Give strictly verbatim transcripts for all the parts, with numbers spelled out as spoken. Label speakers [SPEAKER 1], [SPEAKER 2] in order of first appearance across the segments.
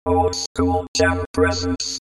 [SPEAKER 1] Old School Jam Presents.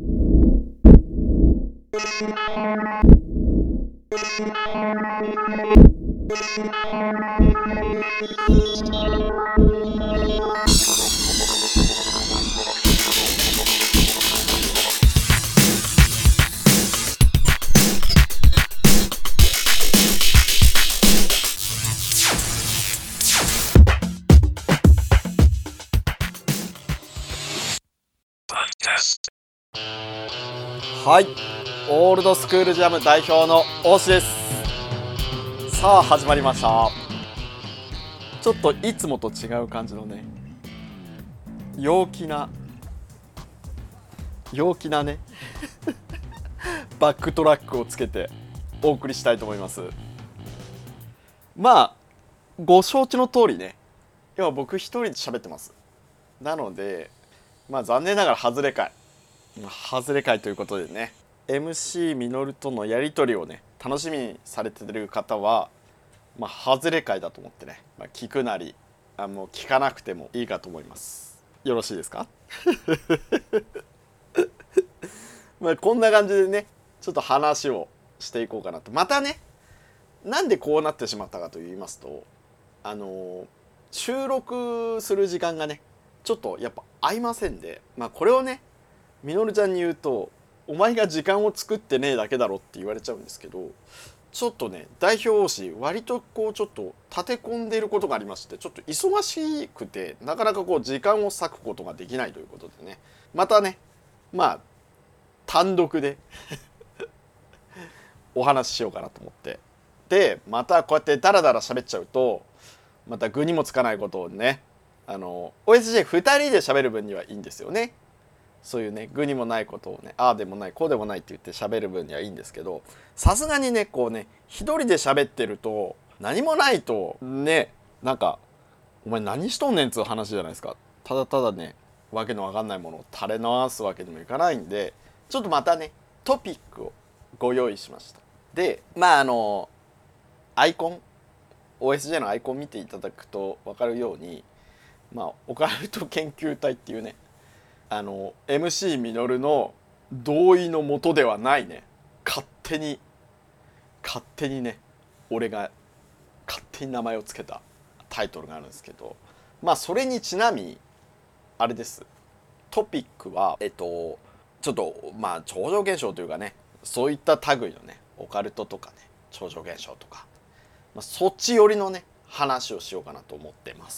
[SPEAKER 2] はい、オールドスクールジャム代表の大志です。さあ始まりました。ちょっといつもと違う感じのね、陽気な陽気なねバックトラックをつけてお送りしたいと思います。まあご承知の通りね、今僕一人で喋ってます。なのでまあ残念ながら外れ会外れ会ということでね、 エムシー ミノルとのやり取りをね楽しみにされてる方は、まあ、外れ会だと思ってね、まあ、聞くなりあもう聞かなくてもいいかと思います。よろしいですかまあこんな感じでねちょっと話をしていこうかなと。またね、なんでこうなってしまったかと言いますと、あのー、収録する時間がねちょっとやっぱ合いませんで、まあこれをねみのるちゃんに言うと、お前が時間を作ってねえだけだろって言われちゃうんですけど、ちょっとね代表推し割とこうちょっと立て込んでいることがありまして、ちょっと忙しくてなかなかこう時間を割くことができないということでね、またねまあ単独でお話ししようかなと思って、でまたこうやってダラダラ喋っちゃうとまた具にもつかないことをね、あの オーエスジェーふたりで喋る分にはいいんですよね。そういうね具にもないことをね、ああでもないこうでもないって言って喋る分にはいいんですけど、さすがにねこうね一人で喋ってると何もないとね、なんかお前何しとんねんつう話じゃないですか。ただただねわけのわかんないものを垂れ流すわけにもいかないんで、ちょっとまたねトピックをご用意しました。でまああのアイコン オーエスジェー のアイコン見ていただくと分かるように、まあオカルト研究隊っていうね、あの エムシー ミノルの同意のもとではないね、勝手に勝手にね俺が勝手に名前を付けたタイトルがあるんですけど、まあそれにちなみあれです、トピックはえっとちょっとまあ超常現象というかね、そういった類のねオカルトとかね超常現象とか、まあ、そっち寄りのね話をしようかなと思ってます。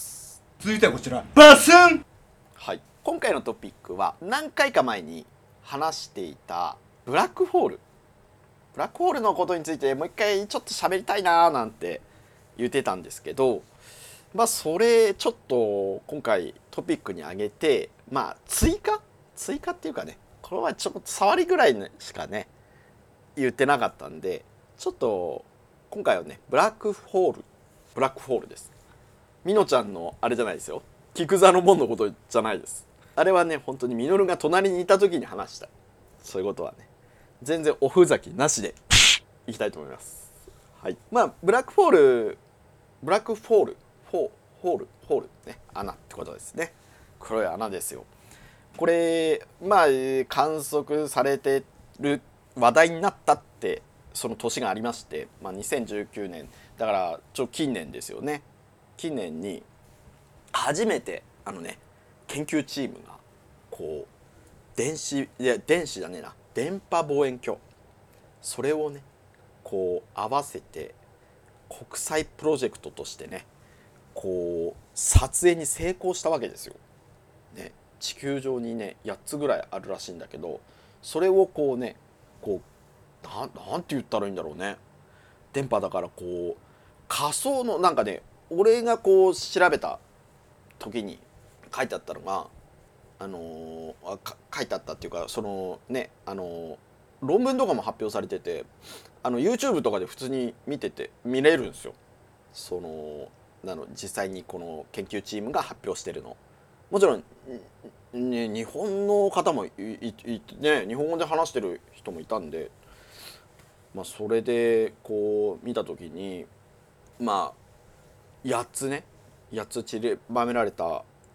[SPEAKER 3] 続いてはこちらバスン。
[SPEAKER 2] はい、今回のトピックは何回か前に話していたブラックホールブラックホールのことについてもう一回ちょっと喋りたいなーなんて言ってたんですけど、まあそれちょっと今回トピックに挙げて、まあ追加追加っていうかね、これはちょっと触りぐらいしかね言ってなかったんで、ちょっと今回はねブラックホールブラックホールです。みのちゃんのあれじゃないですよ、菊座の門のことじゃないです。あれはね本当にみのるが隣にいた時に話した、そういうことはね全然おふざけなしでいきたいと思います。はい、まあブラックホールブラックフォールフォーホールホールね、穴ってことですね。黒い穴ですよ。これまあ観測されてる話題になったってその年がありまして、まあ、にせんじゅうきゅうねんだからちょ近年ですよね。近年に初めてあのね研究チームがこう電子いや電子じゃねえな電波望遠鏡、それをねこう合わせて国際プロジェクトとしてねこう撮影に成功したわけですよ。ね、地球上にねやっつぐらいあるらしいんだけど、それをこうねこうななんて言ったらいいんだろうね、電波だからこう仮想のなんかね、俺がこう調べた時に書いてあったのが、あのー、書いてあったっていうかそのね、あのー、論文とかも発表されてて、あの YouTube とかで普通に見てて見れるんですよ。そのなの実際にこの研究チームが発表してるの、もちろん、ね、日本の方もいいいね日本語で話してる人もいたんで、まあ、それでこう見た時にまあやっつねやっつ散りばめられた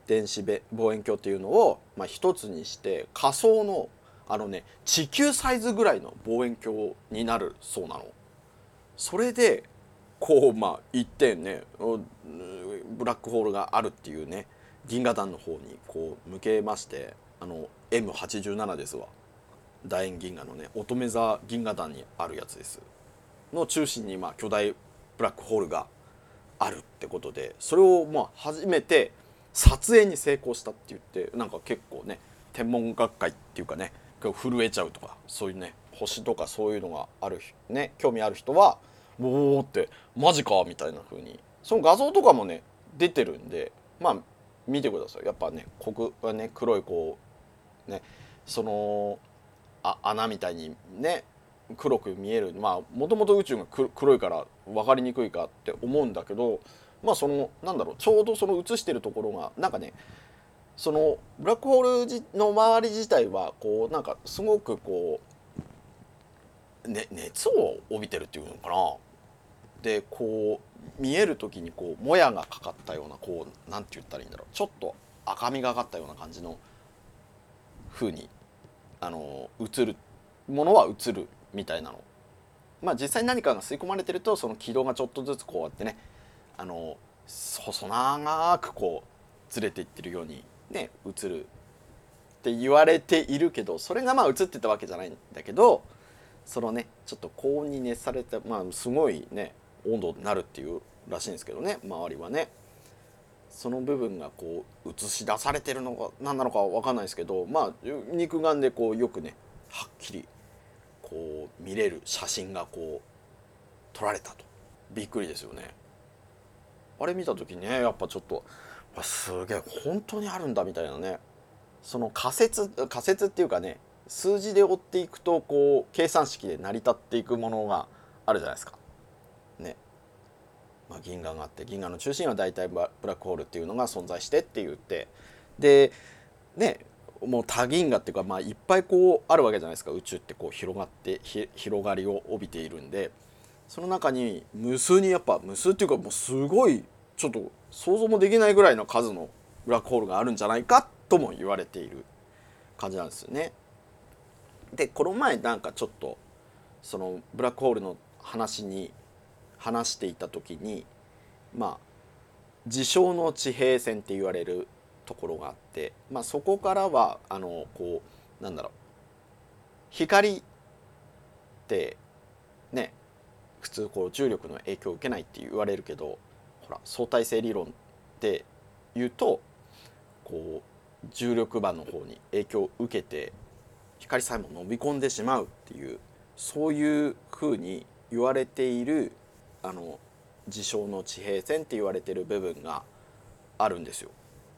[SPEAKER 2] 電子望遠鏡っていうのを、まあ、一つにして仮想のあのね地球サイズぐらいの望遠鏡になるそうなの。それでこうまあ一点ねブラックホールがあるっていうね銀河団の方にこう向けまして、あの エムはちじゅうなな ですわ、楕円銀河のね乙女座銀河団にあるやつですの中心にまあ巨大ブラックホールがあるってことで、それをまあ初めて撮影に成功したって言って、なんか結構ね天文学会っていうかね震えちゃうとか、そういうね星とかそういうのがあるね興味ある人はおーってマジかみたいな風に、その画像とかもね出てるんでまあ見てください。やっぱね黒がね黒いこうねそのあ穴みたいにね黒く見える、まあもともと宇宙が黒いから分かりにくいかって思うんだけど、まあそのなんだろうちょうどその映してるところがなんかねそのブラックホールの周り自体はこうなんかすごくこう、ね、熱を帯びてるっていうのかな。でこう見える時にこうもやがかかったようなこうなんて言ったらいいんだろう、ちょっと赤みがかったような感じの風にあの映るものは映るみたいなの。まあ実際何かが吸い込まれてるとその軌道がちょっとずつこうやってねあの細長くこうずれていってるようにね映るって言われているけど、それがまあ映ってたわけじゃないんだけど、そのねちょっと高温に熱されてまあすごいね温度になるっていうらしいんですけどね、周りはねその部分がこう映し出されてるのか何なのか分かんないですけど、まあ肉眼でこうよくねはっきりこう見れる写真がこう撮られたと。びっくりですよね。あれ見た時ねやっぱちょっとすげえ本当にあるんだみたいなね、その仮説仮説っていうかね数字で追っていくとこう計算式で成り立っていくものがあるじゃないですかね。まあ、銀河があって銀河の中心は大体ブラックホールっていうのが存在してって言って、でねもう多銀河っていうか、まあ、いっぱいこうあるわけじゃないですか。宇宙ってこう広がって広がりを帯びているんで、その中に無数にやっぱ無数っていうかもうすごいちょっと想像もできないぐらいの数のブラックホールがあるんじゃないかとも言われている感じなんですよね。でこの前なんかちょっとそのブラックホールの話に話していた時に、まあ事象の地平線って言われるところがあって、まあ、そこからはあのこうなんだろう光ってね普通こう重力の影響を受けないって言われるけど、ほら相対性理論って言うとこう重力場の方に影響を受けて光さえも飲み込んでしまうっていう、そういうふうに言われているあの事象の地平線って言われてる部分があるんですよ。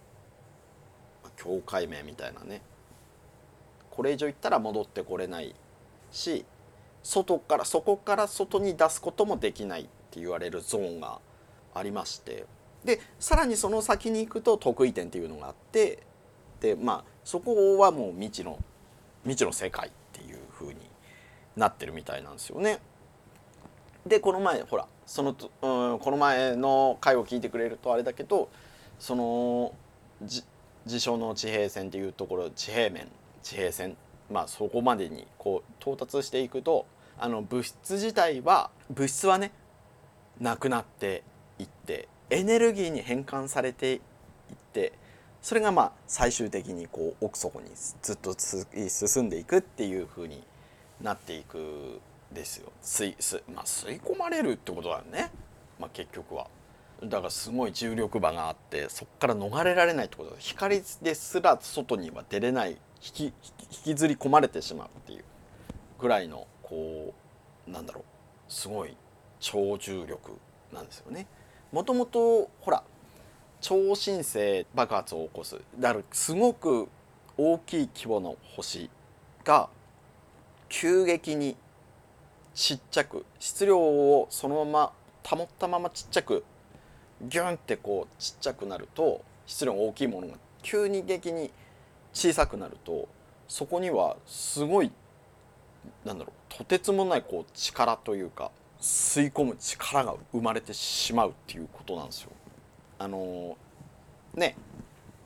[SPEAKER 2] 境界面みたいなね。これ以上言ったら戻ってこれないし、外からそこから外に出すこともできないって言われるゾーンがありまして、でさらにその先に行くと特異点っていうのがあって、でまあそこはもう未知の未知の世界っていう風になってるみたいなんですよね。でこの前ほらその、うん、この前の回を聞いてくれるとあれだけど、そのじ事象の地平線っていうところ、地平面地平線、まあそこまでにこう到達していくと、あの物質自体は物質はねなくなっていってエネルギーに変換されていって、それがまあ最終的にこう奥底にずっと進んでいくっていう風になっていくですよ。吸い、吸、まあ、吸い込まれるってことだよね、まあ、結局は。だからすごい重力場があってそこから逃れられないってことだ。光ですら外には出れない、引き、引きずり込まれてしまうっていうぐらいのこうなんだろうすごい超重力なんですよね。もともとほら超新星爆発を起こすだからすごく大きい規模の星が急激にちっちゃく、質量をそのまま保ったままちっちゃくギュンってこうちっちゃくなると、質量が大きいものが急に激に小さくなると、そこにはすごいなんだろうとてつもないこう力というか吸い込む力が生まれてしまうっていうことなんですよ。あのー、ね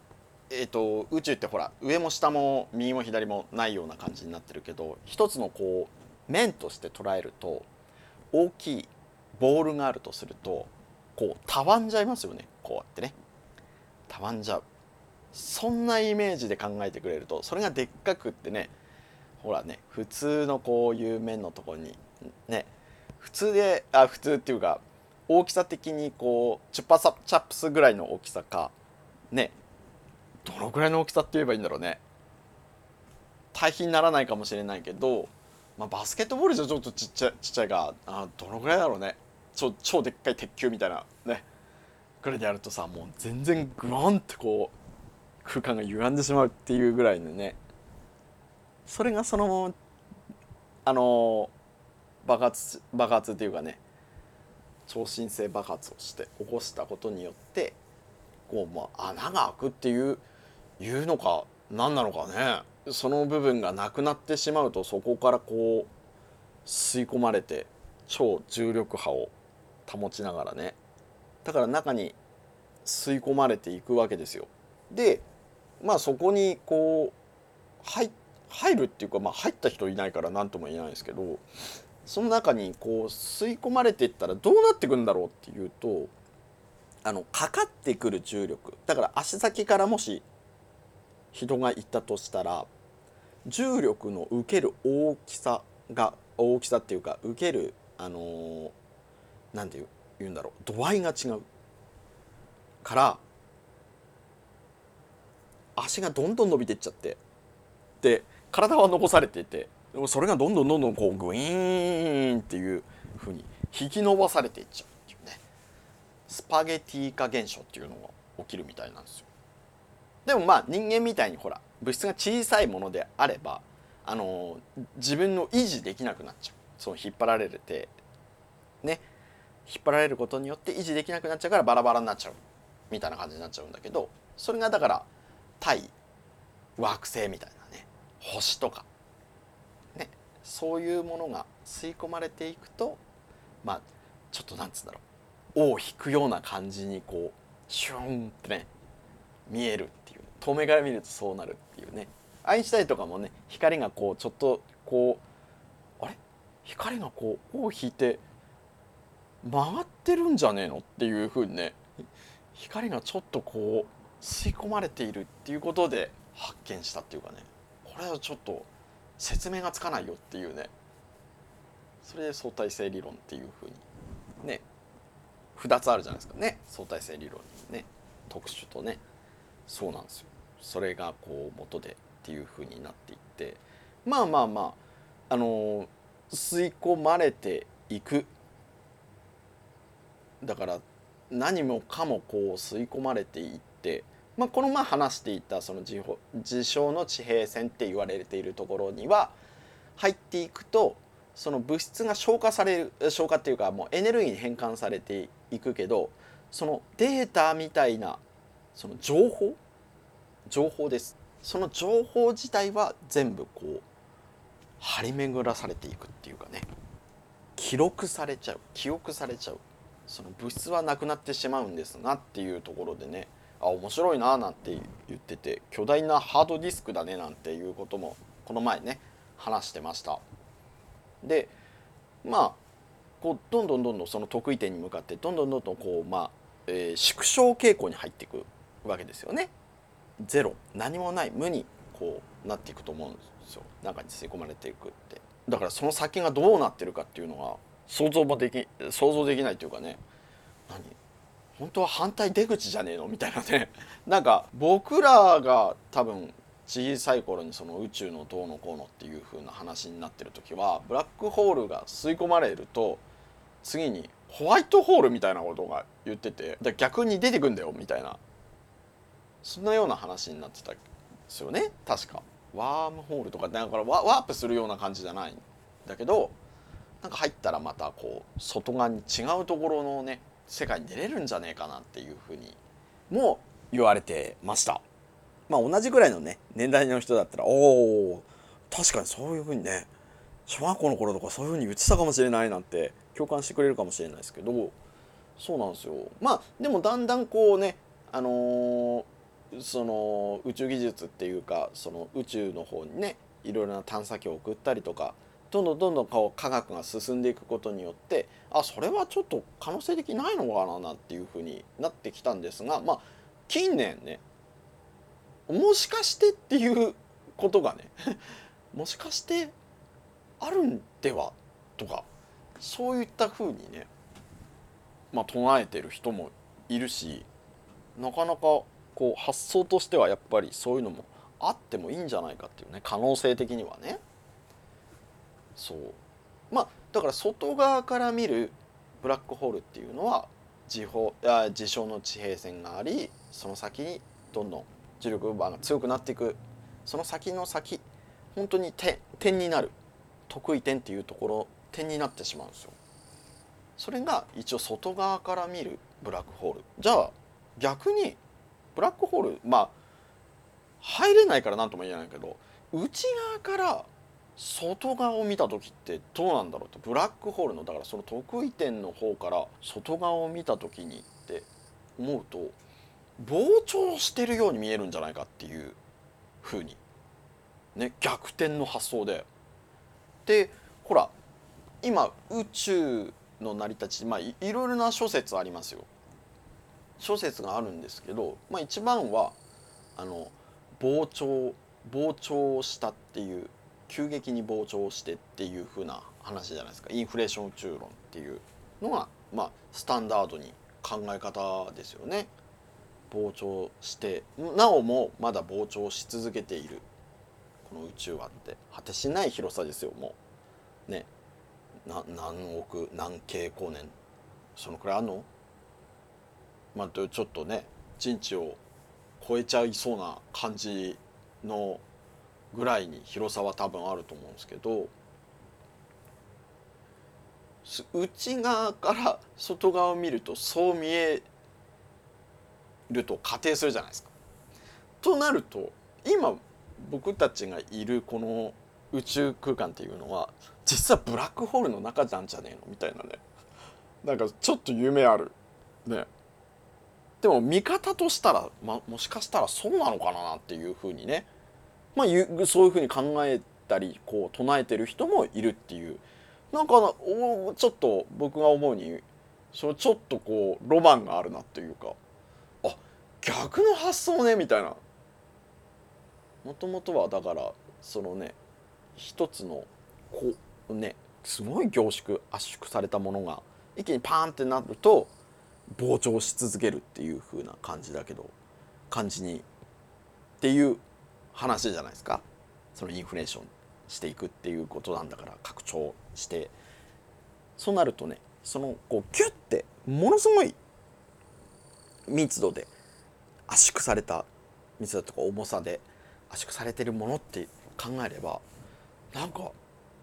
[SPEAKER 2] えー、と宇宙ってほら上も下も右も左もないような感じになってるけど、一つのこう面として捉えると、大きいボールがあるとするとこうたわんじゃいますよね。こうやってねたわんじゃう。そんなイメージで考えてくれると、それがでっかくってね、ほらね普通のこういう面のところにね、普通であ普通っていうか大きさ的にこうチュッパサチャップスぐらいの大きさかね、どのぐらいの大きさって言えばいいんだろうね。対比にならないかもしれないけど、まあ、バスケットボールじゃちょっとちっちゃちっちゃいが、あどのぐらいだろうね。超超でっかい鉄球みたいなねぐらいでやるとさ、もう全然グワンってこう空間が歪んでしまうっていうぐらいのね、それがそのままあの爆発爆発っていうかね、超新星爆発をして起こしたことによってこう、まあ、穴が開くっていういうのか何なのかね。その部分がなくなってしまうと、そこからこう吸い込まれて超重力波を保ちながらね、だから中に吸い込まれていくわけですよ。でまあそこにこう 入, 入るっていうか、まあ、入った人いないから何とも言えないですけど、その中にこう吸い込まれていったらどうなってくんだろうっていうと、あのかかってくる重力だから、足先からもし人がいたとしたら、重力の受ける大きさが大きさっていうか受けるあのー、なんて言うんだろう、度合いが違うから足がどんどん伸びていっちゃって、で体は残されていて、それがどんどんどんどんこうグイーンっていう風に引き伸ばされていっちゃうっていうね、スパゲティ化現象っていうのが起きるみたいなんですよ。でもまあ人間みたいにほら物質が小さいものであれば、あのー、自分の維持できなくなっちゃう。そう引っ張られてね、引っ張られることによって維持できなくなっちゃうからバラバラになっちゃうみたいな感じになっちゃうんだけど、それがだから対惑星みたいなね、星とかね、そういうものが吸い込まれていくと、まあちょっとなんつうんだろう、尾を引くような感じにこうシューンってね見えるっていう、遠目から見るとそうなるっていうね。アインシュタインとかもね、光がこうちょっとこうあれ光がこう尾を引いて曲がってるんじゃねえのっていう風にね、光がちょっとこう吸い込まれているっていうことで発見したっていうかね、これはちょっと説明がつかないよっていうね、それで相対性理論っていう風にねふたつあるじゃないですかね、相対性理論にね特殊とね。そうなんですよ。それがこう元でっていう風になっていって、まあまあまああの吸い込まれていく、だから何もかもこう吸い込まれていって、まあ、このまあ話していたその事象の地平線って言われているところには入っていくと、その物質が消化される、消化っていうかもうエネルギーに変換されていくけど、そのデータみたいなその情報情報です。その情報自体は全部こう張り巡らされていくっていうかね、記録されちゃう、記憶されちゃう。その物質はなくなってしまうんですがっていうところでね、あ面白いななんて言ってて、巨大なハードディスクだねなんていうこともこの前ね話してました。でまあこうどんどんどんどんその得意点に向かってどんどんどんどんこうまあ、えー、縮小傾向に入っていくわけですよね。ゼロ、何もない無にこうなっていくと思うんですよ、中に吸い込まれていくって。だからその先がどうなってるかっていうのが想像もでき想像できないというかね、何本当は反対出口じゃねえのみたいなねなんか僕らが多分小さい頃にその宇宙のどうのこうのっていう風な話になってる時は、ブラックホールが吸い込まれると次にホワイトホールみたいなことが言ってて、だ逆に出てくんだよみたいな、そんなような話になってたんですよね確か。ワームホールとかだからワープするような感じじゃないんだけど、なんか入ったらまたこう外側に違うところのね世界に出れるんじゃねえかなっていうふうにも言われてました。まあ同じぐらいのね年代の人だったら、おお確かにそういうふうにね小学校の頃とかそういうふうに言ってたかもしれないなんて共感してくれるかもしれないですけど、そうなんですよ。まあでもだんだんこうねあのーその宇宙技術っていうかその宇宙の方にねいろいろな探査機を送ったりとかどんどんどんどんこう科学が進んでいくことによってあそれはちょっと可能性的ないのかななんていうふうになってきたんですがまあ近年ねもしかしてっていうことがねもしかしてあるんではとかそういったふうにねまあ唱えてる人もいるしなかなかこう発想としてはやっぱりそういうのもあってもいいんじゃないかっていうね可能性的にはねそうまあだから外側から見るブラックホールっていうのは事象あ事象の地平線がありその先にどんどん重力場が強くなっていくその先の先本当に点点になる得意点っていうところ点になってしまうんですよ。それが一応外側から見るブラックホールじゃあ逆にブラックホールまあ入れないから何とも言えないけど内側から外側を見た時ってどうなんだろうってブラックホールのだからその得意点の方から外側を見た時にって思うと膨張してるように見えるんじゃないかっていう風にね逆転の発想ででほら今宇宙の成り立ちまあ い, いろいろな諸説ありますよ。諸説があるんですけど、まあ、一番はあの膨張膨張したっていう急激に膨張してっていう風な話じゃないですか。インフレーション宇宙論っていうのが、まあ、スタンダードに考え方ですよね。膨張してなおもまだ膨張し続けているこの宇宙はって果てしない広さですよ。もうねな何億何京光年そのくらいあんのまあちょっとね人知を超えちゃいそうな感じのぐらいに広さは多分あると思うんですけど内側から外側を見るとそう見えると仮定するじゃないですか。となると今僕たちがいるこの宇宙空間っていうのは実はブラックホールの中なんじゃねえのみたいなねなんかちょっと夢あるね。でも見方としたら、ま、もしかしたらそうなのかなっていうふうにね、まあ、そういうふうに考えたりこう唱えてる人もいるっていうなんかおちょっと僕が思うにそれちょっとこうロマンがあるなっていうかあ逆の発想ねみたいな。もともとはだからそのね一つのこうねすごい凝縮圧縮されたものが一気にパーンってなると膨張し続けるっていう風な感じだけど感じにっていう話じゃないですか。そのインフレーションしていくっていうことなんだから拡張してそうなるとねそのこうキュッてものすごい密度で圧縮された密度とか重さで圧縮されてるものって考えればなんか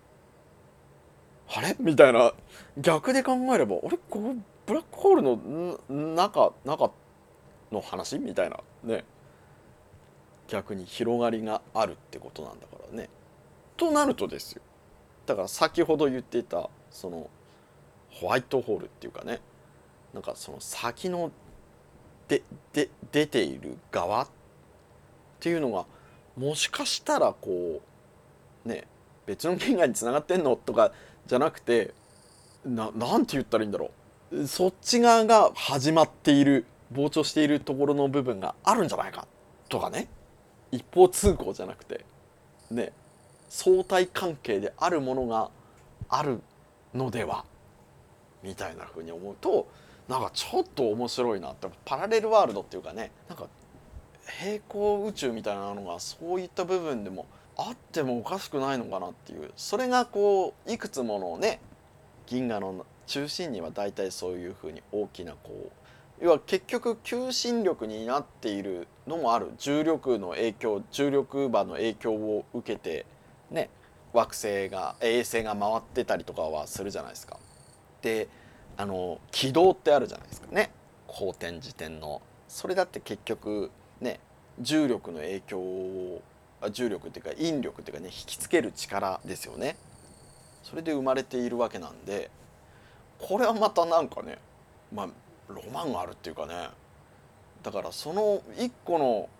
[SPEAKER 2] あれみたいな逆で考えればあれこうブラックホールの中中の話みたいなね逆に広がりがあるってことなんだからね。となるとですよだから先ほど言っていたそのホワイトホールっていうかねなんかその先のでで出ている側っていうのがもしかしたらこうね別の銀河につながってんのとかじゃなくてななんて言ったらいいんだろうそっち側が始まっている膨張しているところの部分があるんじゃないかとかね一方通行じゃなくてね相対関係であるものがあるのではみたいな風に思うとなんかちょっと面白いなってパラレルワールドっていうかねなんか平行宇宙みたいなのがそういった部分でもあってもおかしくないのかなっていうそれがこういくつものね銀河の中心には大体そういう風に大きなこう要は結局求心力になっているのもある重力の影響重力場の影響を受けてね惑星が衛星が回ってたりとかはするじゃないですか。であの軌道ってあるじゃないですかね公転自転のそれだって結局ね重力の影響を重力っていうか引力っていうかね引きつける力ですよね。それで生まれているわけなんでこれはまたなんかねまあロマンがあるっていうかねだからその一個の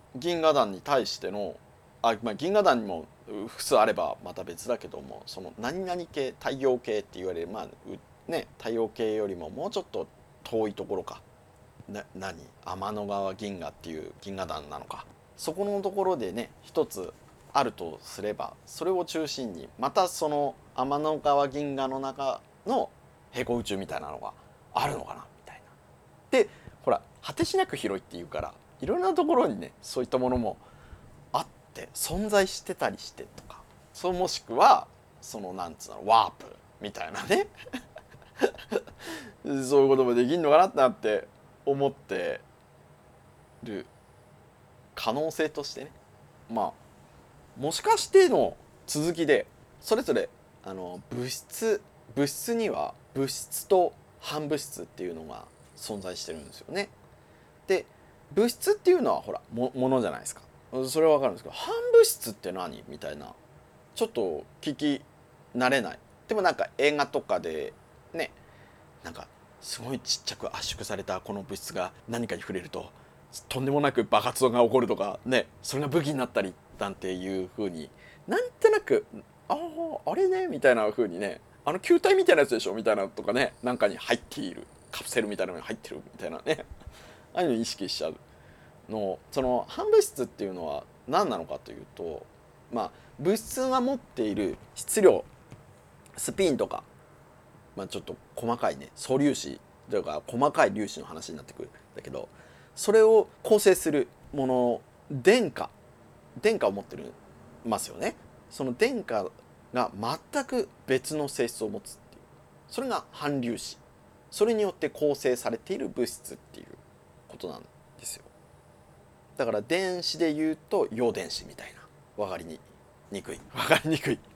[SPEAKER 2] 銀河団に対してのあ、まあ、銀河団にも複数あればまた別だけども、その何々系太陽系って言われる、まあね、太陽系よりももうちょっと遠いところかな、何天の川銀河っていう銀河団なのか、そこのところでね一つあるとすれば、それを中心にまたその天の川銀河の中の平行宇宙みたいなのがあるのかなみたいな。でほら果てしなく広いっていうから、いろんなところにねそういったものもあって存在してたりしてとか、そうもしくはそのなんつうのワープみたいなねそういうこともできんのかなってなって思ってる可能性としてね、まあもしかしての続きで、それぞれあの物質物質には物質と反物質っていうのが存在してるんですよね。で物質っていうのはほら も, ものじゃないですか。それは分かるんですけど、反物質って何みたいな、ちょっと聞き慣れない。でもなんか映画とかでね、なんかすごいちっちゃく圧縮されたこの物質が何かに触れるととんでもなく爆発が起こるとかね、それが武器になったりなんていう風になんとなく、あああれねみたいな風にね、あの球体みたいなやつでしょみたいなとかね、なんかに入っているカプセルみたいなのに入ってるみたいなねああいうのを意識しちゃうの。その反物質っていうのは何なのかというと、まあ物質が持っている質量、スピンとか、まあ、ちょっと細かいね素粒子とか細かい粒子の話になってくるんだけど、それを構成するもの、電荷電荷を持ってるますよね。その電荷が全く別の性質を持つっていう、それが反粒子、それによって構成されている物質っていうことなんですよ。だから電子で言うと陽電子みたいな、分かりににくい分かりにくい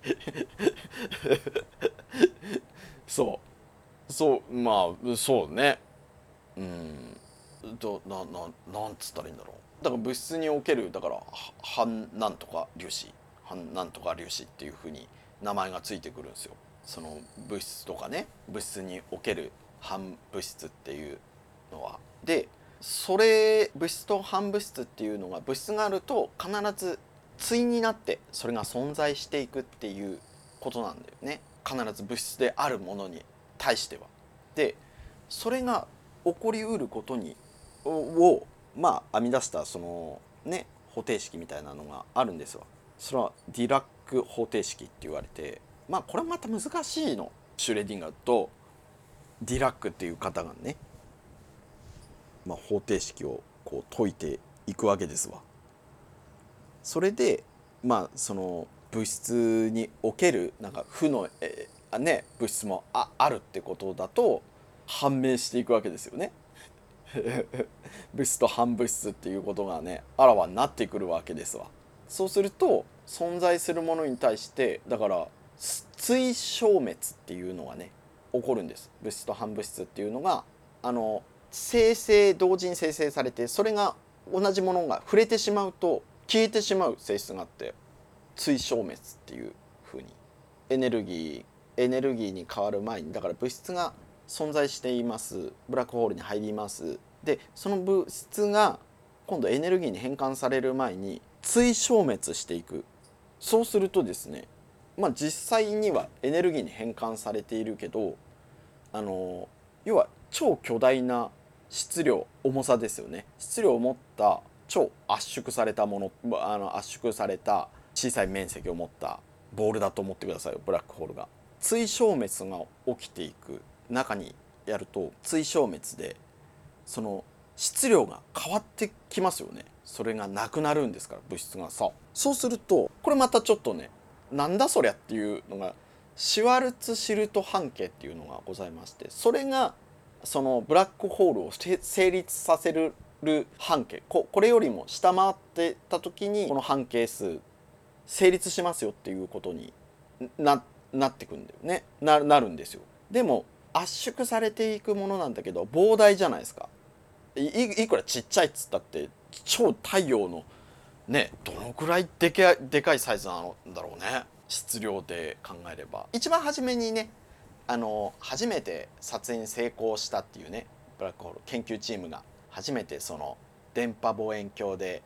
[SPEAKER 2] そうそうまあそうね、うんとなななんつったらいいんだろう。だから物質におけるだから反なんとか粒子、反なんとか粒子っていうふうに名前がついてくるんですよ。その物質とかね、物質における反物質っていうのは。でそれ物質と反物質っていうのが、物質があると必ず対になってそれが存在していくっていうことなんだよね。必ず物質であるものに対しては。でそれが起こりうることにをまあ編み出したそのね方程式みたいなのがあるんですよ。それはディラック方程式って言われて、まあこれまた難しいの。シュレディンガーとディラックっていう方がね、まあ、方程式をこう解いていくわけですわ。それでまあその物質におけるなんか負の、えーね、物質も あ, あるってことだと判明していくわけですよね物質と反物質っていうことがねあらわになってくるわけですわ。そうすると存在するものに対してだから対消滅っていうのがね起こるんです。物質と反物質っていうのがあの生成同時に生成されて、それが同じものが触れてしまうと消えてしまう性質があって、対消滅っていう風にエネルギーエネルギーに変わる前に、だから物質が存在しています、ブラックホールに入ります。でその物質が今度エネルギーに変換される前に対消滅していく。そうするとですね、まあ実際にはエネルギーに変換されているけど、あの要は超巨大な質量、重さですよね。質量を持った超圧縮されたもの、あの圧縮された小さい面積を持ったボールだと思ってくださいよ、ブラックホールが。対消滅が起きていく中にやると、対消滅でその質量が変わってきますよね。それがなくなるんですから、物質がさ。そうするとこれまたちょっとね、なんだそりゃっていうのがシュワルツシルト半径っていうのがございまして、それがそのブラックホールを成立させる半径、 こ, これよりも下回ってた時にこの半径数成立しますよっていうことに な, なってくんだよね。 な, なるんですよ。でも圧縮されていくものなんだけど膨大じゃないですか。 い, いくらちっちゃいっつったって超太陽のねどのくらいでかいでかいサイズなんだろうね、質量で考えれば。一番初めにねあの初めて撮影に成功したっていうねブラックホール研究チームが初めてその電波望遠鏡で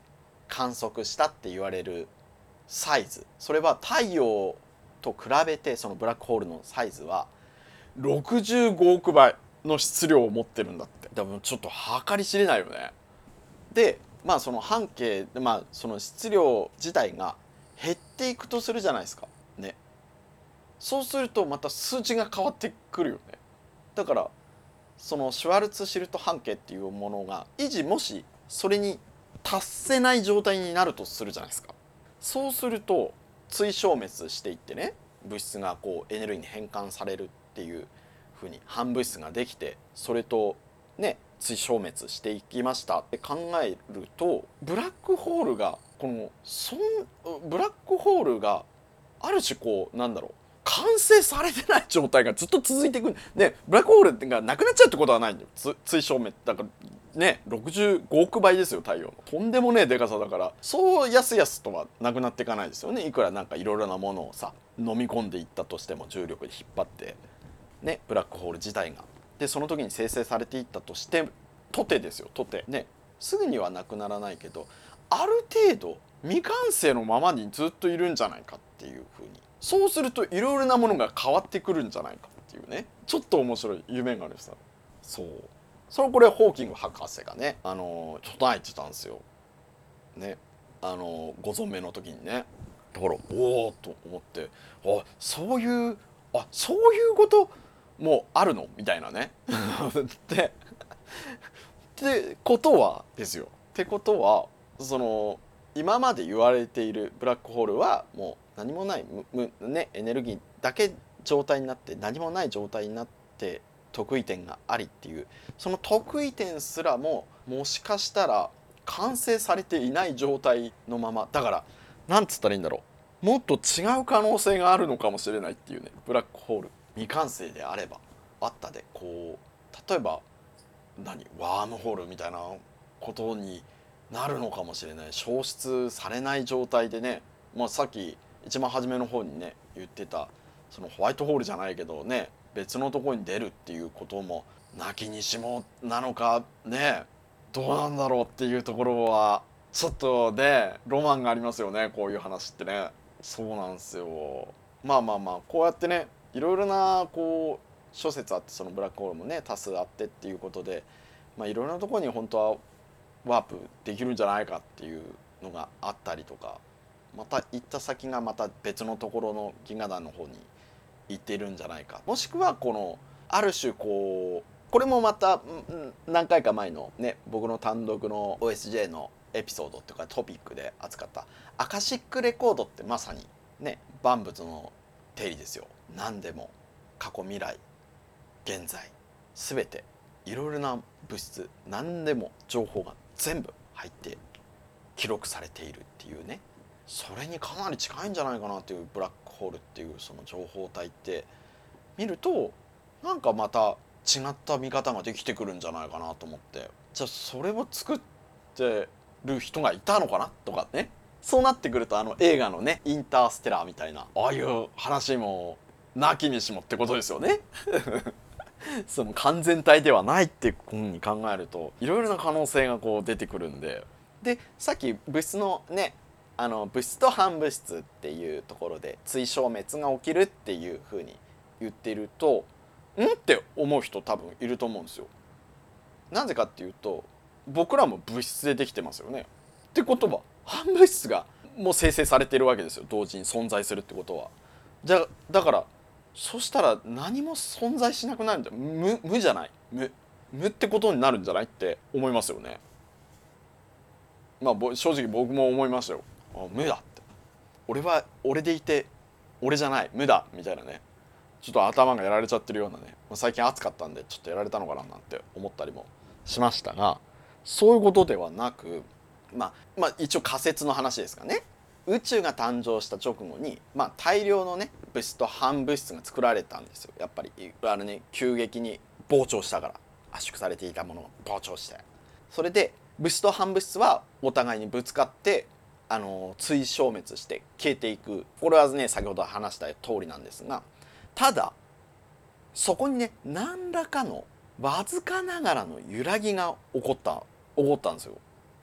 [SPEAKER 2] 観測したって言われるサイズ、それは太陽と比べてそのブラックホールのサイズはろくじゅうごおくばいの質量を持ってるんだって。でもちょっと計り知れないよね。でまあその半径でまあその質量自体が減っていくとするじゃないですかね。そうするとまた数値が変わってくるよね。だからそのシュワルツシルト半径っていうものが維持もしそれに達せない状態になるとするじゃないですか。そうすると追消滅していってね、物質がこうエネルギーに変換されるっていう風に反物質ができて、それとね追消滅していきましたって考えると、ブラックホールがこのそんブラックホールがある種こうなんだろう完成されてない状態がずっと続いていくで、ブラックホールがなくなっちゃうってことはないんだよ。つ追消滅だからねろくじゅうごおくばいですよ、太陽の。とんでもねえでかさだから、そうやすやすとはなくなっていかないですよね。いくらなんかいろいろなものをさ飲み込んでいったとしても、重力で引っ張ってねブラックホール自体がでその時に生成されていったとしてとてですよ、とてねすぐにはなくならないけど、ある程度未完成のままにずっといるんじゃないかっていう風に、そうするといろいろなものが変わってくるんじゃないかっていうね、ちょっと面白い夢があるさ。そうそれこれホーキング博士がねあの唱えてたんですよね、あのご存命の時にね。だからおおと思って、あそういうあそういうこともあるのみたいなねでってことはですよってことはその今まで言われているブラックホールはもう何もないむむ、ね、エネルギーだけ状態になって何もない状態になって特異点がありっていう、その特異点すらももしかしたら完成されていない状態のままだから、なんつったらいいんだろう、もっと違う可能性があるのかもしれないっていうね。ブラックホール未完成であればあったで、こう例えば何ワームホールみたいなことになるのかもしれない。消失されない状態でね、まあ、さっき一番初めの方にね言ってたそのホワイトホールじゃないけどね別のところに出るっていうこともなきにしもなのかね、どうなんだろうっていうところはちょっとねロマンがありますよね、こういう話ってね。そうなんですよ。まあまあまあこうやってねいろいろなこう諸説あって、そのブラックホールもね多数あってっていうことで、まあいろいろなところに本当はワープできるんじゃないかっていうのがあったりとか、また行った先がまた別のところの銀河団の方に行っているんじゃないか、もしくはこのある種こうこれもまた何回か前のね僕の単独の オーエスジェー のエピソードっていうかトピックで扱ったアカシックレコードってまさにね万物の定理ですよ。何でも過去未来現在全ていろいろな物質何でも情報が全部入って記録されているっていうね、それにかなり近いんじゃないかなっていう、ブラックホールっていうその情報体って見るとなんかまた違った見方ができてくるんじゃないかなと思って、じゃあそれを作ってる人がいたのかなとかね。そうなってくるとあの映画のねインターステラーみたいなああいう話もなきにしもってことですよねその完全体ではないっていうふうに考えるといろいろな可能性がこう出てくるんで、でさっき物質のねあの物質と反物質っていうところで追消滅が起きるっていうふうに言っているとんって思う人多分いると思うんですよ。なぜかっていうと僕らも物質でできてますよね。ってことは反物質がもう生成されているわけですよ、同時に存在するってことは。じゃだからそしたら何も存在しなくなるんだよ。無無じゃない無無ってことになるんじゃないって思いますよね。まあ正直僕も思いましたよ。あ無だって、俺は俺でいて俺じゃない無だみたいなね、ちょっと頭がやられちゃってるようなね、最近暑かったんでちょっとやられたのかななんて思ったりもしましたが、そういうことではなく、まあまあ一応仮説の話ですかね。宇宙が誕生した直後に、まあ、大量のね物質と反物質が作られたんですよ。やっぱりあのね急激に膨張したから、圧縮されていたものが膨張して、それで物質と反物質はお互いにぶつかってあの追消滅して消えていく、これはね先ほど話した通りなんですが、ただそこにね何らかのわずかながらの揺らぎが起こった起こったんですよ。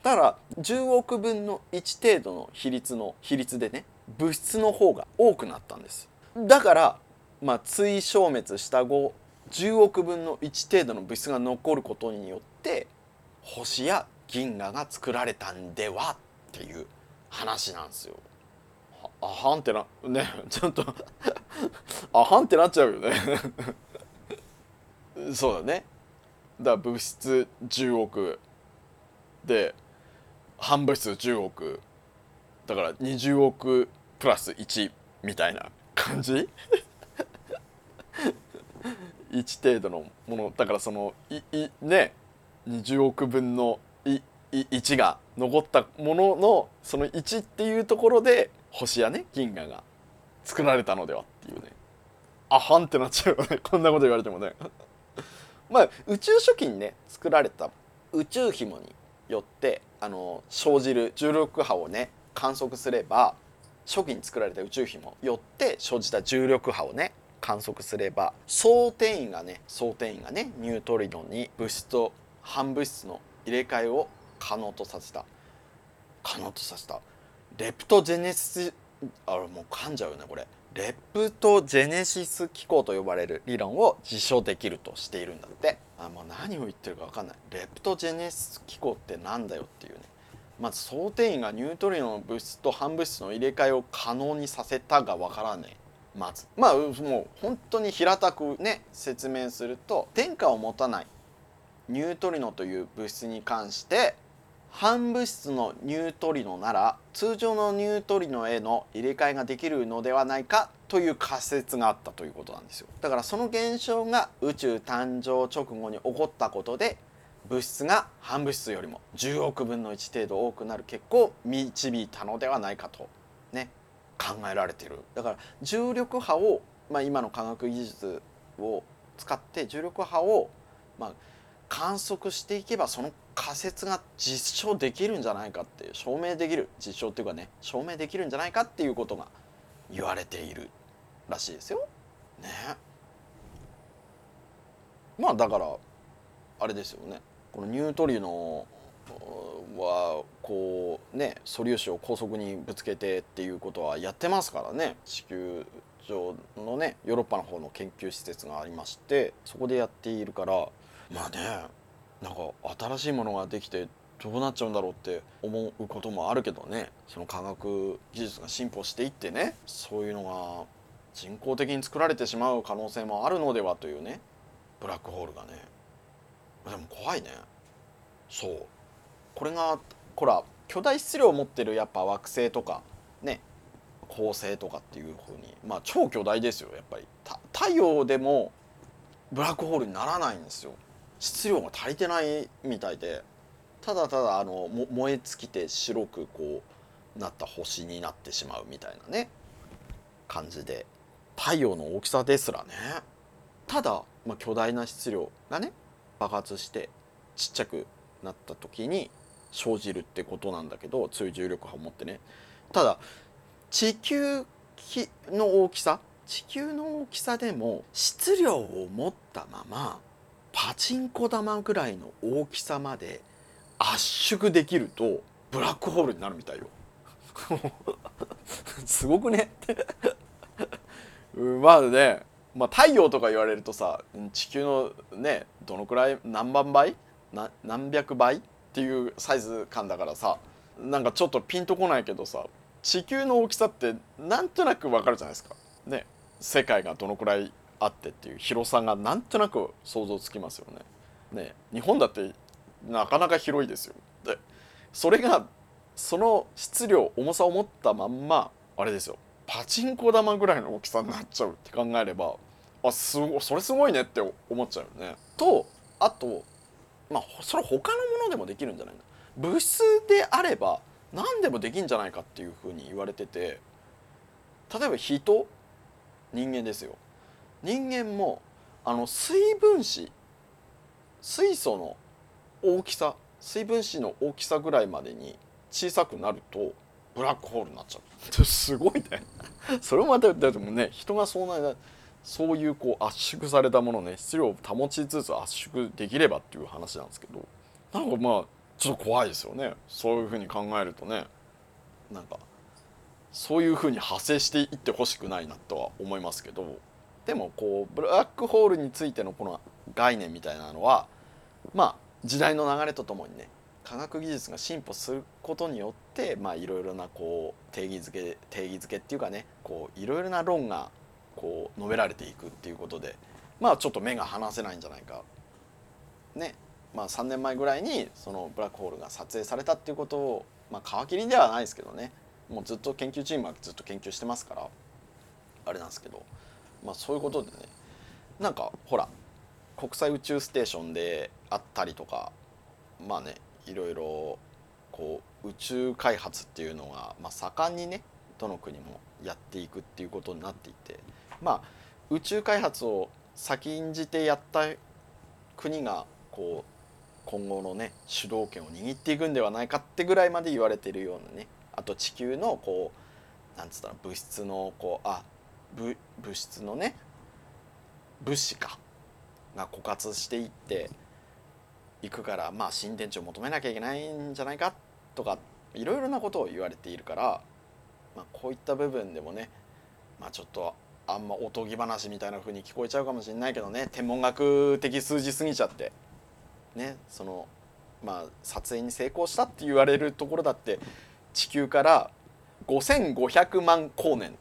[SPEAKER 2] だからじゅうおくぶんのいち程度の比率の比率でね物質の方が多くなったんです。だからまあ追消滅した後じゅうおくぶんのいち程度の物質が残ることによって星や銀河が作られたんではっていう話なんですよ。あはんってなねちょっとあはんってなっちゃうよねそうだね。だから物質じゅうおくで反物質じゅうおくだからにじゅうおくプラスいちみたいな感じいち程度のものだからそのいいねにじゅうおくぶんのいいいちが残ったもののそのいちっていうところで星やね銀河が作られたのではっていうね。あはんってなっちゃうよねこんなこと言われてもねまあ宇宙初期にね作られた宇宙紐によってあの生じる重力波をね観測すれば初期に作られた宇宙紐によって生じた重力波をね観測すれば相転員がね相転員がねニュートリノに物質と反物質の入れ替えを可能とさせた可能とさせたレプトジェネシスあれもう噛んじゃうよねこれレプトジェネシス機構と呼ばれる理論を実証できるとしているんだって。あもう何を言ってるか分かんない。レプトジェネシス機構ってなんだよっていうね。まず相転員がニュートリノの物質と反物質の入れ替えを可能にさせたが分からねえ。まずまあもう本当に平たくね説明すると電荷を持たないニュートリノという物質に関して反物質のニュートリノなら通常のニュートリノへの入れ替えができるのではないかという仮説があったということなんですよ。だからその現象が宇宙誕生直後に起こったことで物質が反物質よりもじゅうおくぶんのいち程度多くなる結果を導いたのではないかとね考えられている。だから重力波を、まあ、今の科学技術を使って重力波を、まあ、観測していけばその仮説が実証できるんじゃないかっていう証明できる実証っていうかね証明できるんじゃないかっていうことが言われているらしいですよ。ね。まあだからあれですよね。このニュートリノはこうね素粒子を高速にぶつけてっていうことはやってますからね。地球上のねヨーロッパの方の研究施設がありましてそこでやっているからまあねなんか新しいものができてどうなっちゃうんだろうって思うこともあるけどねその科学技術が進歩していってねそういうのが人工的に作られてしまう可能性もあるのではというねブラックホールがねでも怖いね。そうこれがほら巨大質量を持ってるやっぱ惑星とかね恒星とかっていう風にまあ超巨大ですよやっぱり太陽でもブラックホールにならないんですよ。質量が足りてないみたいでただただあのも燃え尽きて白くこうなった星になってしまうみたいなね感じで太陽の大きさですらねただ、まあ、巨大な質量がね爆発してちっちゃくなった時に生じるってことなんだけど強い重力波を持ってねただ地球の大きさ地球の大きさでも質量を持ったままパチンコ玉ぐらいの大きさまで圧縮できるとブラックホールになるみたいよすごくねまあね、まあ、太陽とか言われるとさ地球のねどのくらい何万倍な何百倍っていうサイズ感だからさなんかちょっとピンとこないけどさ地球の大きさってなんとなくわかるじゃないですかね世界がどのくらいあってっていう広さがなんとなく想像つきますよね。ね日本だってなかなか広いですよ。でそれがその質量重さを持ったまんまあれですよパチンコ玉ぐらいの大きさになっちゃうって考えればあすごそれすごいねって思っちゃうよね。とあとまあそれ他のものでもできるんじゃないか物質であれば何でもできるんじゃないかっていうふうに言われてて例えば人人間ですよ人間もあの水分子水素の大きさ水分子の大きさぐらいまでに小さくなるとブラックホールになっちゃうすごいねそれもまたでもね人がそうなそういうこう圧縮されたものね質量を保ちつつ圧縮できればっていう話なんですけどなんかまあちょっと怖いですよね。そういうふうに考えるとね、なんかそういうふうに派生していってほしくないなとは思いますけど、でもこうブラックホールについてのこの概念みたいなのは、まあ時代の流れとともにね、科学技術が進歩することによってまあいろいろなこう定義づけ定義づけっていうかね、こういろいろな論がこう述べられていくっていうことで、まあちょっと目が離せないんじゃないかね。まあさんねんまえぐらいにそのブラックホールが撮影されたっていうことを、まあ皮切りではないですけどね、もうずっと研究チームはずっと研究してますからあれなんですけど、まあそういうことでね、なんかほら国際宇宙ステーションであったりとか、まあねいろいろこう宇宙開発っていうのが、まあ、盛んにねどの国もやっていくっていうことになっていて、まあ宇宙開発を先んじてやった国がこう今後のね主導権を握っていくんではないかってぐらいまで言われているようなね、あと地球のこうなんつったら物質のこうあ物物質のね物子かが枯渇していっていくから、まあ新天地を求めなきゃいけないんじゃないかとかいろいろなことを言われているから、まあ、こういった部分でもね、まあちょっとあんまおとぎ話みたいな風に聞こえちゃうかもしれないけどね、天文学的数字すぎちゃってね、そのまあ撮影に成功したって言われるところだって地球からごせんごひゃくまん光年、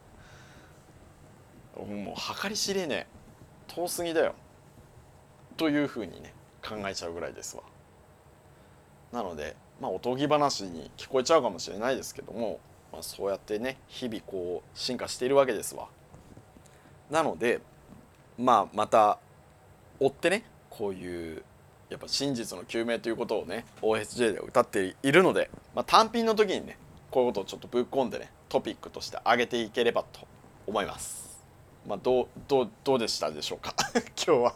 [SPEAKER 2] もう計り知れねえ遠すぎだよというふうにね考えちゃうぐらいですわ。なのでまあおとぎ話に聞こえちゃうかもしれないですけども、まあ、そうやってね日々こう進化しているわけですわ。なのでまあまた追ってねこういうやっぱ真実の究明ということをね オーエスジェー で歌っているので、まあ、単品の時にねこういうことをちょっとぶっ込んでねトピックとして上げていければと思います。まあどうどうどうでしたでしょうか今日は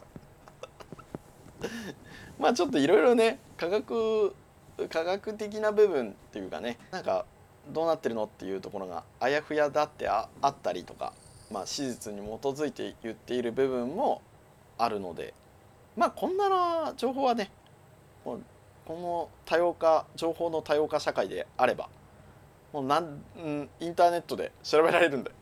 [SPEAKER 2] まあちょっといろいろね科学科学的な部分っていうかね、なんかどうなってるのっていうところがあやふやだって あ, あったりとか、まあ史実に基づいて言っている部分もあるので、まあこんな情報はねもうこの多様化情報の多様化社会であればもうなん、うん、インターネットで調べられるんで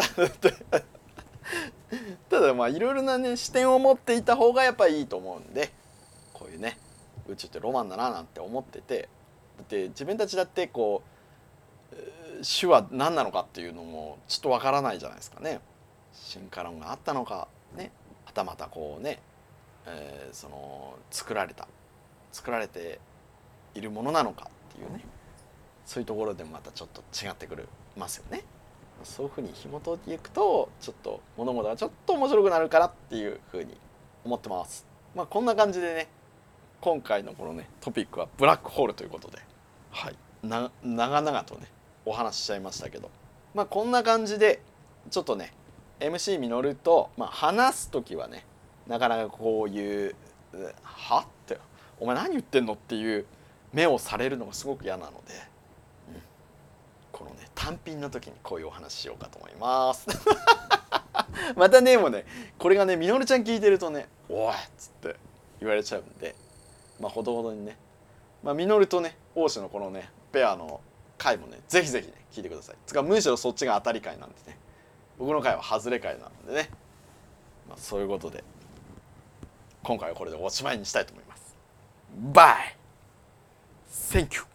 [SPEAKER 2] ただまあいろいろなね視点を持っていた方がやっぱりいいと思うんで、こういうね宇宙ってロマンだななんて思ってて、だって自分たちだってこう種は何なのかっていうのもちょっとわからないじゃないですかね。進化論があったのかね、はたまたこうね、えー、その作られた作られているものなのかっていうね、そういうところでもまたちょっと違ってくるますよね。そういうふうに紐解いていくとちょっと物事がちょっと面白くなるかなっていうふうに思ってます。まあこんな感じでね今回のこのねトピックはブラックホールということで、はい、な長々とねお話ししちゃいましたけど、まあこんな感じでちょっとね エムシー みのると、まあ、話す時はねなかなかこういう「は?」って「お前何言ってんの?」っていう目をされるのがすごく嫌なので、うん、このね単品の時にこういうお話ししようかと思いますまたねもうねこれがねみのるちゃん聞いてるとね「おい!」っつって言われちゃうんで、まあほどほどにね、まあみのるとね王子のこのねペアの回もねぜひぜひね聞いてください。つかむしろそっちが当たり回なんでね、僕の回は外れ回なのでね、まあ、そういうことで今回はこれでおしまいにしたいと思います。バイ Thank you。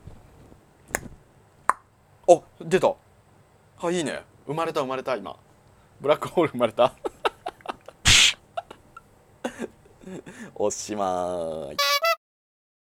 [SPEAKER 2] あ、出た。あ、いいね。生まれた生まれた。今ブラックホール生まれたおしまーい。